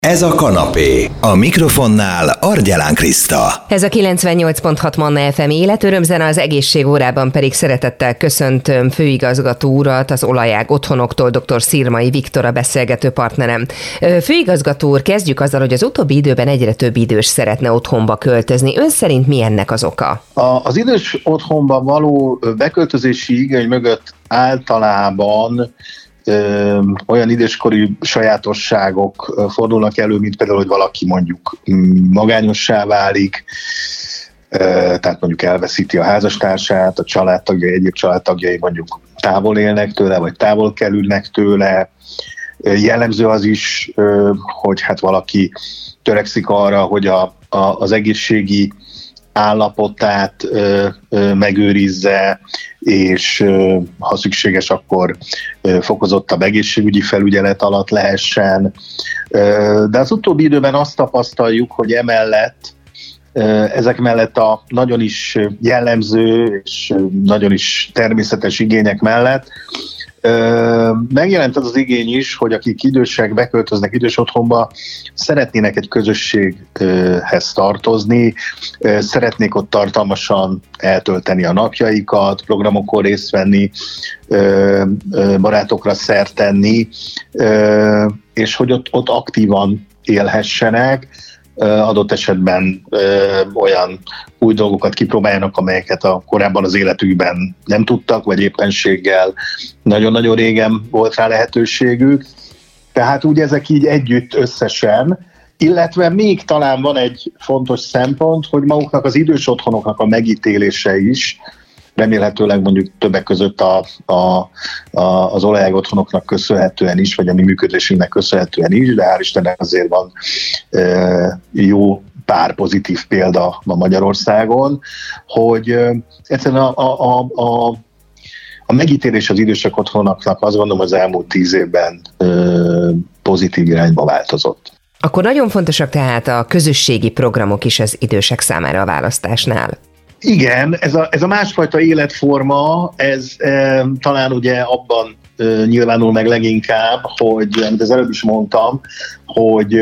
Ez a kanapé. A mikrofonnál Argyelán Kriszta. Ez a 98.6 Manna FM életörömzene, az egészségórában pedig szeretettel köszöntöm főigazgató urat, az Olajág Otthonoktól, dr. Szirmai Viktor a beszélgető partnerem. Főigazgató úr, kezdjük azzal, hogy az utóbbi időben egyre több idős szeretne otthonba költözni. Ön szerint mi ennek az oka? Az idős otthonba való beköltözési igény mögött általában olyan időskori sajátosságok fordulnak elő, mint például, hogy valaki mondjuk magányossá válik, tehát mondjuk elveszíti a házastársát, a családtagjai, egyéb családtagjai mondjuk távol élnek tőle, vagy távol kerülnek tőle. Jellemző az is, hogy hát valaki törekszik arra, hogy az egészségi állapotát megőrizze, és ha szükséges, akkor fokozottabb egészségügyi felügyelet alatt lehessen. De az utóbbi időben azt tapasztaljuk, hogy emellett, ezek mellett a nagyon is jellemző és nagyon is természetes igények mellett megjelent az igény is, hogy akik idősek beköltöznek idős otthonba, szeretnének egy közösséghez tartozni, szeretnék ott tartalmasan eltölteni a napjaikat, programokon részt venni, barátokra szert tenni, és hogy ott aktívan élhessenek, adott esetben olyan új dolgokat kipróbáljanak, amelyeket korábban az életükben nem tudtak, vagy éppenséggel nagyon-nagyon régen volt rá lehetőségük. Tehát úgy ezek így együtt összesen, illetve még talán van egy fontos szempont, hogy maguknak az idős otthonoknak a megítélése is, remélhetőleg mondjuk többek között az Olajág Otthonoknak köszönhetően is, vagy a mi működésünknek köszönhetően is, de hál' Istennek azért van jó pár pozitív példa ma Magyarországon, hogy egyszerűen a megítélés az idősek otthonoknak azt gondolom az elmúlt 10 évben pozitív irányba változott. Akkor nagyon fontosak tehát a közösségi programok is az idősek számára a választásnál. Igen, ez a másfajta életforma, ez talán ugye abban nyilvánul meg leginkább, hogy, amit az előbb is mondtam, hogy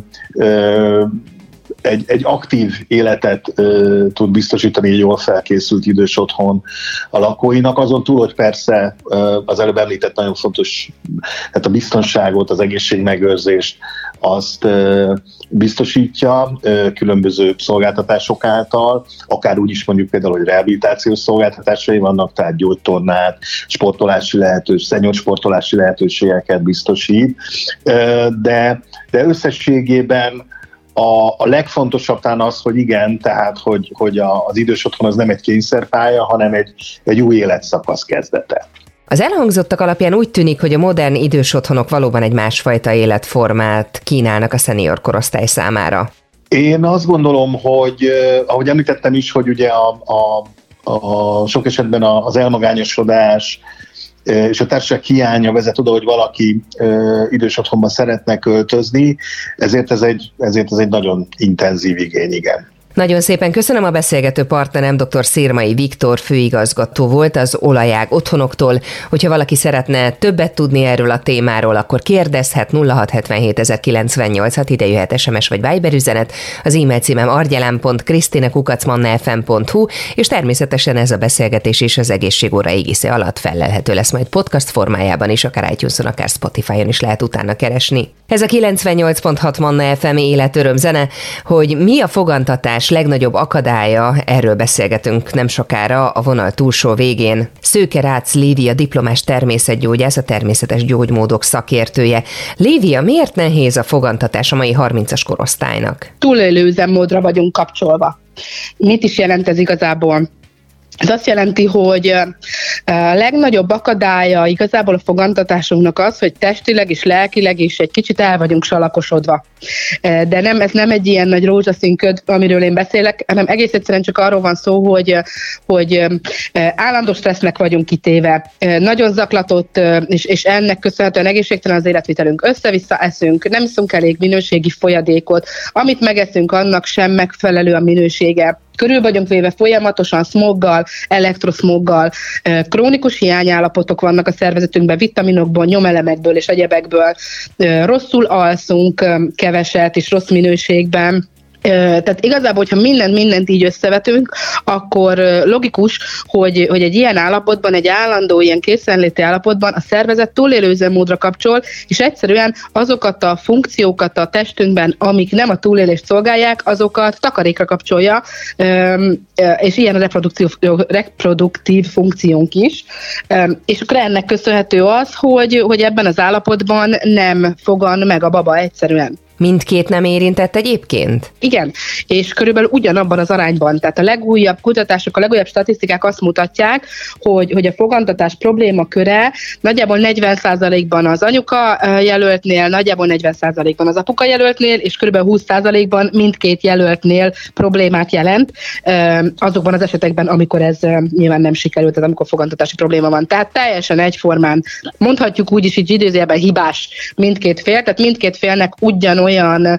egy aktív életet tud biztosítani egy jól felkészült idős otthon a lakóinak, azon túl, hogy persze az előbb említett nagyon fontos, tehát a biztonságot, az egészségmegőrzést azt biztosítja különböző szolgáltatások által, akár úgy is mondjuk például, hogy rehabilitációs szolgáltatásai vannak, tehát gyógytornát, sportolási szenyorsportolási lehetőségeket biztosít, de összességében a legfontosabb talán az, hogy igen, tehát hogy az idős otthon az nem egy kényszerpálya, hanem egy új életszakasz kezdete. Az elhangzottak alapján úgy tűnik, hogy a modern idős otthonok valóban egy másfajta életformát kínálnak a szenior korosztály számára. Én azt gondolom, hogy ahogy említettem is, hogy ugye a sok esetben az elmagányosodás és a társaság hiánya vezet oda, hogy valaki idős otthonban szeretne költözni, ezért ez egy nagyon intenzív igény, igen. Nagyon szépen köszönöm, a beszélgető partnerem dr. Szirmai Viktor főigazgató volt az Olajág Otthonoktól. Hogyha valaki szeretne többet tudni erről a témáról, akkor kérdezhet 0677 ide jöhet SMS vagy Viber üzenet. Az e-mail címem argyelán.krisztina@mannafm.hu, és természetesen ez a beszélgetés is az egészségóra égisze alatt fellelhető lesz majd podcast formájában is, akár iTunes-on, akár Spotify-on is lehet utána keresni. Ez a 98.6 Manna FM életörömzene, hogy mi a fogantatás legnagyobb akadálya, erről beszélgetünk nem sokára a vonal túlsó végén. Szőke Rácz Lívia diplomás természetgyógyász, a természetes gyógymódok szakértője. Lívia, miért nehéz a fogantatás a mai 30-as korosztálynak? Túlélő üzemmódra vagyunk kapcsolva. Mit is jelent ez igazából? Ez azt jelenti, hogy a legnagyobb akadálya igazából a fogantatásunknak az, hogy testileg és lelkileg is egy kicsit el vagyunk salakosodva. De ez nem egy ilyen nagy rózsaszín köd, amiről én beszélek, hanem egész egyszerűen csak arról van szó, hogy állandó stressznek vagyunk kitéve. Nagyon zaklatott, és ennek köszönhetően egészségtelen az életvitelünk. Össze-vissza eszünk, nem iszunk elég minőségi folyadékot, amit megeszünk, annak sem megfelelő a minősége. körül vagyunk véve folyamatosan szmoggal, elektroszmoggal, krónikus hiányállapotok vannak a szervezetünkben, vitaminokból, nyomelemekből és egyebekből, rosszul alszunk keveset és rossz minőségben. Tehát igazából, hogyha mindent így összevetünk, akkor logikus, hogy egy ilyen állapotban, egy állandó ilyen készenléti állapotban a szervezet túlélő üzemmódra kapcsol, és egyszerűen azokat a funkciókat a testünkben, amik nem a túlélést szolgálják, azokat takarékra kapcsolja, és ilyen reproduktív funkciónk is. És akkor ennek köszönhető az, hogy ebben az állapotban nem fogan meg a baba egyszerűen. Mindkét nem érintett egyébként? Igen, és körülbelül ugyanabban az arányban. Tehát a legújabb kutatások, a legújabb statisztikák azt mutatják, hogy a fogantatás problémaköre nagyjából 40%-ban az anyuka jelöltnél, nagyjából 40%-ban az apuka jelöltnél, és körülbelül 20%-ban mindkét jelöltnél problémát jelent azokban az esetekben, amikor ez nyilván nem sikerült, tehát amikor fogantatási probléma van. Tehát teljesen egyformán, mondhatjuk úgy is, így idézőjelben hibás mindkét fél, tehát mindkét félnek olyan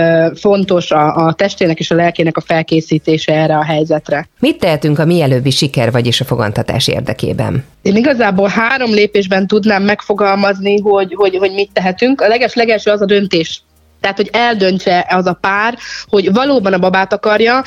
fontos a testének és a lelkének a felkészítése erre a helyzetre. Mit tehetünk a mielőbbi siker, vagyis a fogantatás érdekében? Én igazából 3 lépésben tudnám megfogalmazni, hogy mit tehetünk. A legelső az a döntés. Tehát, hogy eldöntse az a pár, hogy valóban a babát akarja,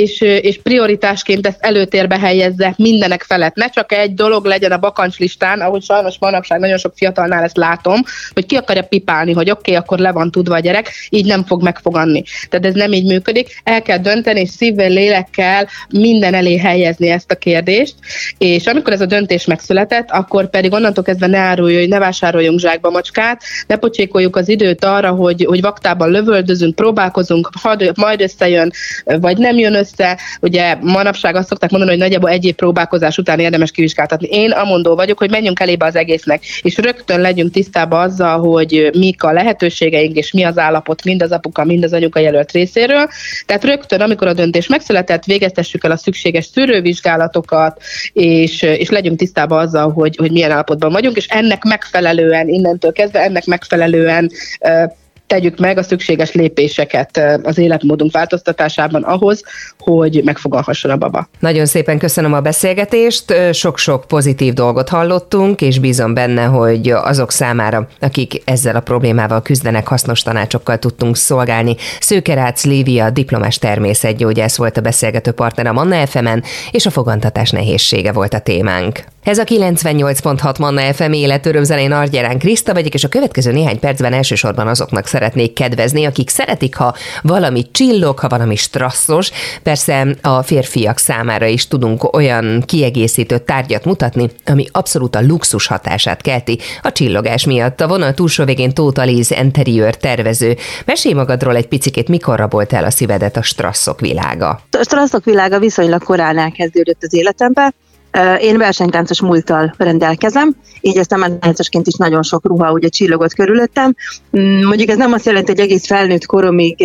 és prioritásként ezt előtérbe helyezze mindenek felett. Ne csak egy dolog legyen a bakancslistán, ahogy sajnos manapság nagyon sok fiatalnál ezt látom, hogy ki akarja pipálni, hogy oké, akkor le van tudva a gyerek, így nem fog megfoganni. Tehát ez nem így működik. El kell dönteni, és szívvel, lélekkel minden elé helyezni ezt a kérdést, és amikor ez a döntés megszületett, akkor pedig onnantól kezdve ne vásároljunk zsákba macskát, ne pocsékoljuk az időt arra, hogy vaktában lövöldözünk, próbálkozunk, majd összejön, vagy nem jön össze. Ugye manapság azt szokták mondani, hogy nagyjából egy év próbálkozás után érdemes kivizsgáltatni. Én amondó vagyok, hogy menjünk elébe az egésznek, és rögtön legyünk tisztában azzal, hogy mik a lehetőségeink, és mi az állapot mind az apuka, mind az anyuka jelölt részéről. Tehát rögtön, amikor a döntés megszületett, végeztessük el a szükséges szűrővizsgálatokat, és legyünk tisztában azzal, hogy milyen állapotban vagyunk, és ennek megfelelően, innentől kezdve ennek megfelelően tegyük meg a szükséges lépéseket az életmódunk változtatásában ahhoz, hogy megfogalhasson a baba. Nagyon szépen köszönöm a beszélgetést, sok-sok pozitív dolgot hallottunk, és bízom benne, hogy azok számára, akik ezzel a problémával küzdenek, hasznos tanácsokkal tudtunk szolgálni. Szőke Rácz Lívia, diplomás természetgyógyász volt a beszélgető partner a Manna FM-en, és a fogantatás nehézsége volt a témánk. Ez a 98.6 Manna FM életörömzenén Argyelán Kriszta vagyok, és a következő néhány percben elsősorban azoknak szeretnék kedvezni, akik szeretik, ha valami csillog, ha valami strasszos. Persze a férfiak számára is tudunk olyan kiegészítő tárgyat mutatni, ami abszolút a luxus hatását kelti a csillogás miatt. A vonal túlsó végén Tóth Alíz interiőr tervező. Mesélj magadról egy picikét, mikor rabolt el a szívedet a strasszok világa? A strasszok világa viszonylag korán elkezdődött az életemben. Én versenytáncos múlttal rendelkezem, így aztán már táncosként is nagyon sok ruha ugye csillogott körülöttem. Mondjuk ez nem azt jelenti, hogy egész felnőtt koromig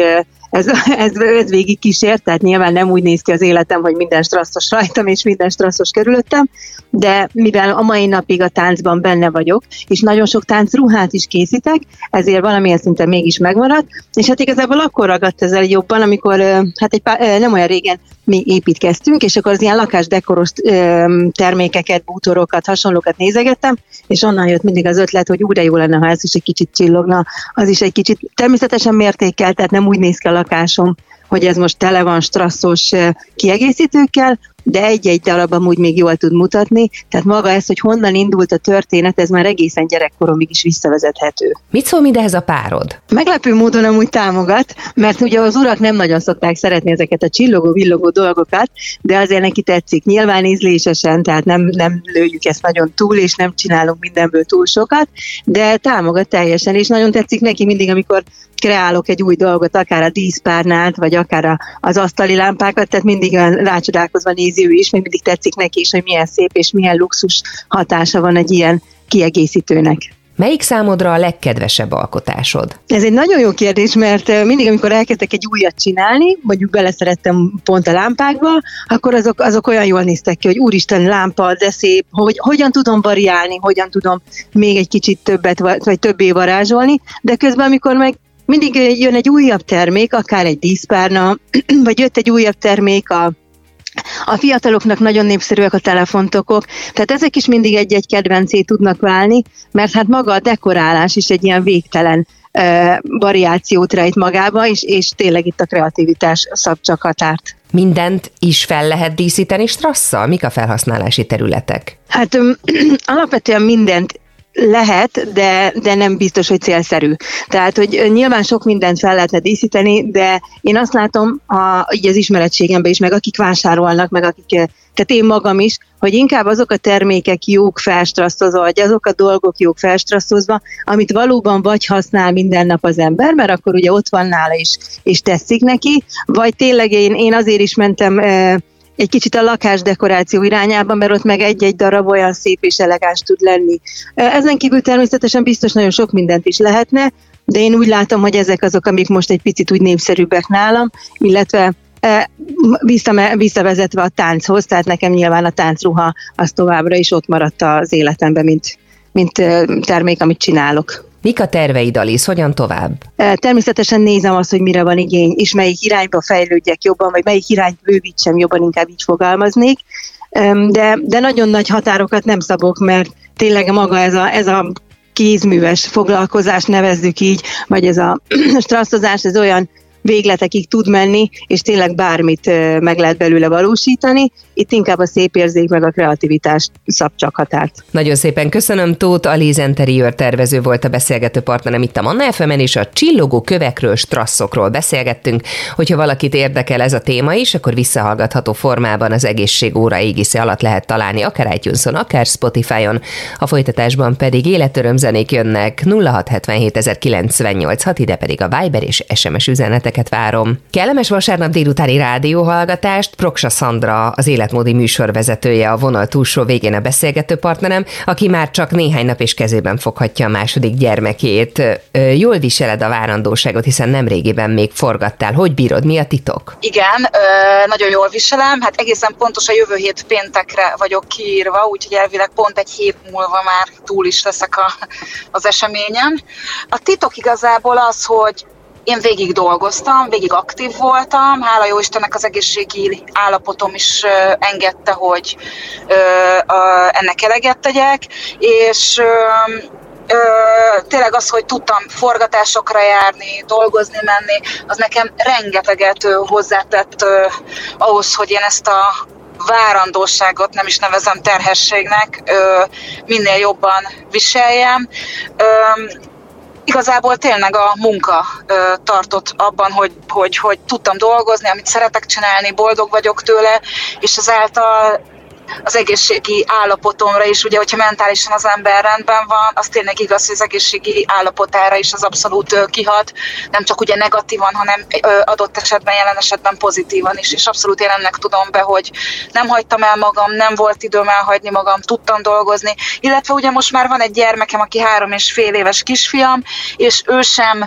ez végig kísért, tehát nyilván nem úgy néz ki az életem, hogy minden strasszos rajtam és minden strasszos körülöttem, de mivel a mai napig a táncban benne vagyok, és nagyon sok táncruhát is készítek, ezért valamilyen szinten mégis megmaradt, és hát igazából akkor ragadt ez el jobban, amikor nem olyan régen mi építkeztünk, és akkor az ilyen lakásdekoros termékeket, bútorokat, hasonlókat nézegettem, és onnan jött mindig az ötlet, hogy úgy de jó lenne, ha ez is egy kicsit csillogna, az is egy kicsit természetesen mértékkel, tehát nem úgy néz ki a lakásom, hogy ez most tele van strasszos kiegészítőkkel, de egy-egy darab amúgy még jól tud mutatni, tehát maga ez, hogy honnan indult a történet, ez már egészen gyerekkoromig is visszavezethető. Mit szól mindehhez a párod? Meglepő módon amúgy támogat, mert ugye az urak nem nagyon szokták szeretni ezeket a csillogó-villogó dolgokat, de azért neki tetszik. Nyilván ízlésesen, tehát nem lőjük ezt nagyon túl, és nem csinálunk mindenből túl sokat, de támogat teljesen, és nagyon tetszik neki mindig, amikor kreálok egy új dolgot, akár a díszpárnát, vagy akár az asztali lámpákat, tehát mindig rácsodálkozva nézi ő is, még mindig tetszik neki is, hogy milyen szép és milyen luxus hatása van egy ilyen kiegészítőnek. Melyik számodra a legkedvesebb alkotásod? Ez egy nagyon jó kérdés, mert mindig, amikor elkezdek egy újat csinálni, mondjuk beleszerettem pont a lámpákba, akkor azok olyan jól néztek ki, hogy úristen, lámpa, de szép, hogy hogyan tudom variálni, hogyan tudom még egy kicsit többet, vagy többé varázsolni, de közben, amikor meg mindig jön egy újabb termék, akár egy díszpárna, vagy jött egy újabb termék A fiataloknak nagyon népszerűek a telefontokok, tehát ezek is mindig egy-egy kedvencé tudnak válni, mert hát maga a dekorálás is egy ilyen végtelen variációt rejt magába, és tényleg itt a kreativitás szab csak határt. Mindent is fel lehet díszíteni strasszal? Mik a felhasználási területek? Hát alapvetően mindent lehet, de nem biztos, hogy célszerű. Tehát, hogy nyilván sok mindent fel lehetne díszíteni, de én azt látom így az ismeretségemben is, meg akik vásárolnak, meg akik, tehát én magam is, hogy inkább azok a termékek jók felstrasszozva, vagy azok a dolgok jók felstrasszozva, amit valóban vagy használ minden nap az ember, mert akkor ugye ott van nála is, és tetszik neki, vagy tényleg én azért is mentem egy kicsit a lakásdekoráció irányában, mert ott meg egy-egy darab olyan szép és elegáns tud lenni. Ezen kívül természetesen biztos nagyon sok mindent is lehetne, de én úgy látom, hogy ezek azok, amik most egy picit úgy népszerűbbek nálam, illetve visszavezetve a tánchoz, tehát nekem nyilván a táncruha az továbbra is ott maradt az életemben, mint termék, amit csinálok. Mik a terveid, Alice? Hogyan tovább? Természetesen nézem azt, hogy mire van igény, és melyik irányba fejlődjek jobban, vagy melyik irányt bővítsem jobban, inkább így fogalmaznék. De nagyon nagy határokat nem szabok, mert tényleg maga ez a kézműves foglalkozás, nevezzük így, vagy ez a strasszozás, ez olyan végletekig tud menni, és tényleg bármit meg lehet belőle valósítani. Itt inkább a szép érzék meg a kreativitás szab csak határt. Nagyon szépen köszönöm, Tóth Alice interiőr tervező volt a beszélgető partnerem itt a Manna FM-en, és a csillogó kövekről, strasszokról beszélgettünk. Hogyha valakit érdekel ez a téma is, akkor visszahallgatható formában az egészségóra égisze alatt lehet találni, akár iTunes-on, akár Spotify-on. A folytatásban pedig életörömzenék jönnek, 0677 ide pedig a Viber és SMS üzeneteket várom. Kellemes vasárnap délutáni rádióhallgatást, Proksa Szandra, az életmódi műsorvezetője, a vonal túlsó végén a beszélgető partnerem, aki már csak néhány nap és kezében foghatja a második gyermekét. Jól viseled a várandóságot, hiszen nemrégiben még forgattál. Hogy bírod? Mi a titok? Igen, nagyon jól viselem. Hát egészen pontosan jövő hét péntekre vagyok kiírva, úgyhogy elvileg pont egy hét múlva már túl is leszek az eseményen. A titok igazából az, hogy én végig dolgoztam, végig aktív voltam, hála jó Istennek az egészségi állapotom is engedte, hogy ennek eleget tegyek, és tényleg az, hogy tudtam forgatásokra járni, dolgozni menni, az nekem rengeteget hozzátett ahhoz, hogy én ezt a várandóságot, nem is nevezem terhességnek, minél jobban viseljem. Igazából tényleg a munka tartott abban, hogy tudtam dolgozni, amit szeretek csinálni, boldog vagyok tőle, és ezáltal az egészségi állapotomra is, ugye, hogyha mentálisan az ember rendben van, az tényleg igaz, hogy az egészségi állapotára is az abszolút kihat, nem csak ugye negatívan, hanem adott esetben, jelen esetben pozitívan is, és abszolút én ennek tudom be, hogy nem hagytam el magam, nem volt időm elhagyni magam, tudtam dolgozni, illetve ugye most már van egy gyermekem, aki 3,5 éves kisfiam, és ő sem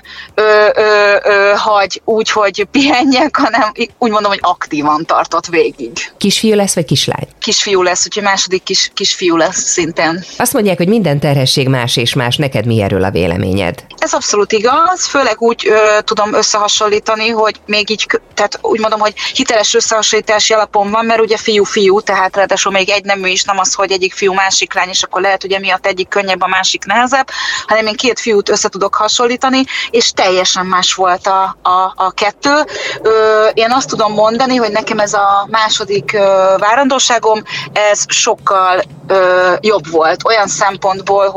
hagy úgy, hogy pihenjek, hanem úgy mondom, hogy aktívan tartott végig. Kisfiú lesz, vagy kislány? Kisfiú lesz, úgyhogy második kisfiú lesz szintén. Azt mondják, hogy minden terhesség más és más, neked mi erről a véleményed? Ez abszolút igaz, főleg úgy tudom összehasonlítani, hogy még így, tehát úgy mondom, hogy hiteles összehasonlítási alapon van, mert ugye fiú, tehát ráadásul még egy nemű is, nem az, hogy egyik fiú, másik lány, és akkor lehet, hogy emiatt egyik könnyebb, a másik nehezebb, hanem én 2 fiút össze tudok hasonlítani, és teljesen más volt a kettő. Én azt tudom mondani, hogy nekem ez a második várandóságom, ez sokkal jobb volt. Olyan szempontból,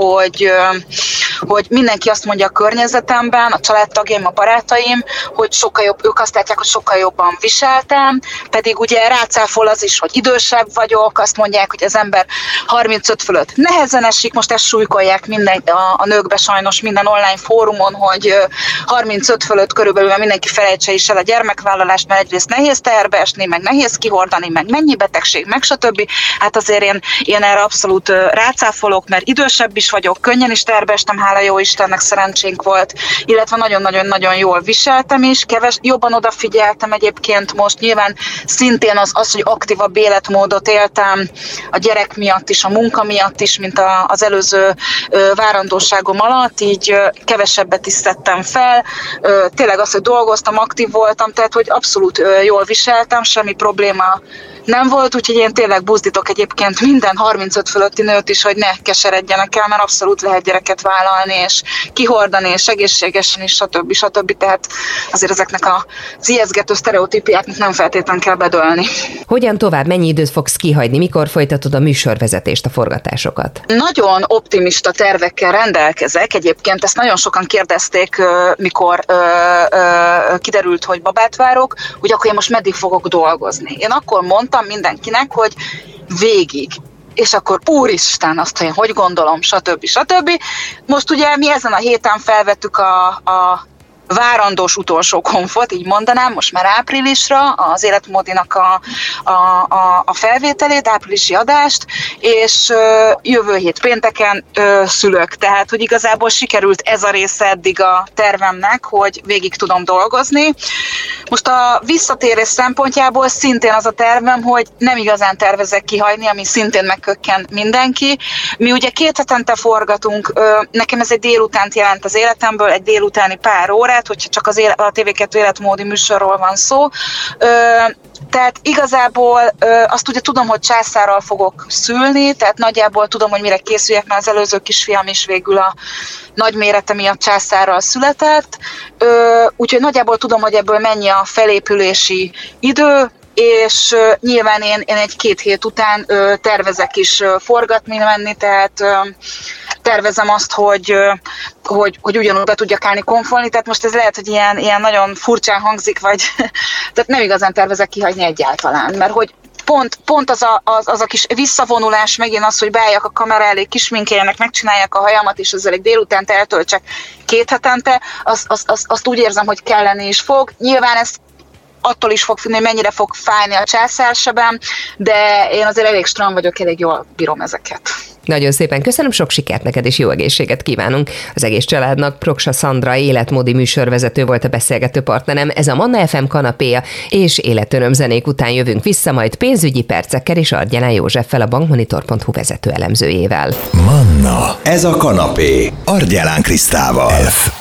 hogy mindenki azt mondja a környezetemben, a családtagjaim, a barátaim, hogy sokkal jobb, ők azt látják, hogy sokkal jobban viseltem, pedig ugye rácáfol az is, hogy idősebb vagyok, azt mondják, hogy az ember 35 fölött nehezen esik, most ezt súlykolják a nőkbe sajnos minden online fórumon, hogy 35 fölött körülbelül mindenki felejtse is el a gyermekvállalást, mert egyrészt nehéz teherbe esni, meg nehéz kihordani, meg mennyi betegség, meg stb. Hát azért én erre abszolút rácáfolok, mert idősebb is vagyok, könnyen is terbe estem, hála jó Istennek, szerencsénk volt, illetve nagyon-nagyon-nagyon jól viseltem is, jobban odafigyeltem egyébként most, nyilván szintén az, hogy aktívabb életmódot éltem a gyerek miatt is, a munka miatt is, mint az előző várandóságom alatt, így kevesebbet is szedtem fel, tényleg az, hogy dolgoztam, aktív voltam, tehát hogy abszolút jól viseltem, semmi probléma nem volt, úgyhogy én tényleg buzdítok egyébként minden 35 fölötti nőt is, hogy ne keseredjenek el, mert abszolút lehet gyereket vállalni, és kihordani, és egészségesen is, stb. Tehát azért ezeknek az ijesztgető sztereotípiáknak nem feltétlenül kell bedőlni. Hogyan tovább? Mennyi időt fogsz kihagyni? Mikor folytatod a műsorvezetést, a forgatásokat? Nagyon optimista tervekkel rendelkezek. Egyébként ezt nagyon sokan kérdezték, mikor kiderült, hogy babát várok, hogy akkor én most meddig fogok dolgozni. Én akkor mondtam mindenkinek, hogy végig. És akkor úristen, azt, hogy én hogy gondolom, stb. Most ugye mi ezen a héten felvettük a várandós utolsó konfot, így mondanám, most már áprilisra az Életmódinak a felvételét, áprilisi adást, és jövő hét pénteken szülök. Tehát, hogy igazából sikerült ez a része eddig a tervemnek, hogy végig tudom dolgozni. Most a visszatérés szempontjából szintén az a tervem, hogy nem igazán tervezek kihagyni, ami szintén megkökken mindenki. Mi ugye 2 hetente forgatunk, nekem ez egy délutánt jelent az életemből, egy délutáni pár órát, hogyha csak a TV2 életmódi műsorról van szó. Tehát igazából azt ugye tudom, hogy császárral fogok szülni, tehát nagyjából tudom, hogy mire készüljek, mert az előző kisfiam is végül a nagy mérete miatt császárral született. Úgyhogy nagyjából tudom, hogy ebből mennyi a felépülési idő, és nyilván én 1-2 hét után tervezek is forgatni menni, tehát tervezem azt, hogy ugyanúgy be tudjak állni konfolni, tehát most ez lehet, hogy ilyen nagyon furcsán hangzik, vagy tehát nem igazán tervezek kihagyni egyáltalán, mert hogy pont az a kis visszavonulás, megint az, hogy beálljak a kamera elé, kisminkeljenek, megcsinálják a hajamat, és ezzel egy délutánt eltöltsek 2 hetente, azt úgy érzem, hogy kelleni is fog. Nyilván ez attól is fog függni, hogy mennyire fog fájni a császársebem, de én azért elég stram vagyok, elég jól bírom ezeket. Nagyon szépen köszönöm, sok sikert neked, és jó egészséget kívánunk az egész családnak. Proksa Szandra életmódi műsorvezető volt a beszélgető partnerem. Ez a Manna FM kanapéja, és életörömzenék után jövünk vissza, majd pénzügyi percekkel és Argyelán Józseffel, a bankmonitor.hu vezető elemzőjével. Manna, ez a kanapé, Argyelán Krisztával.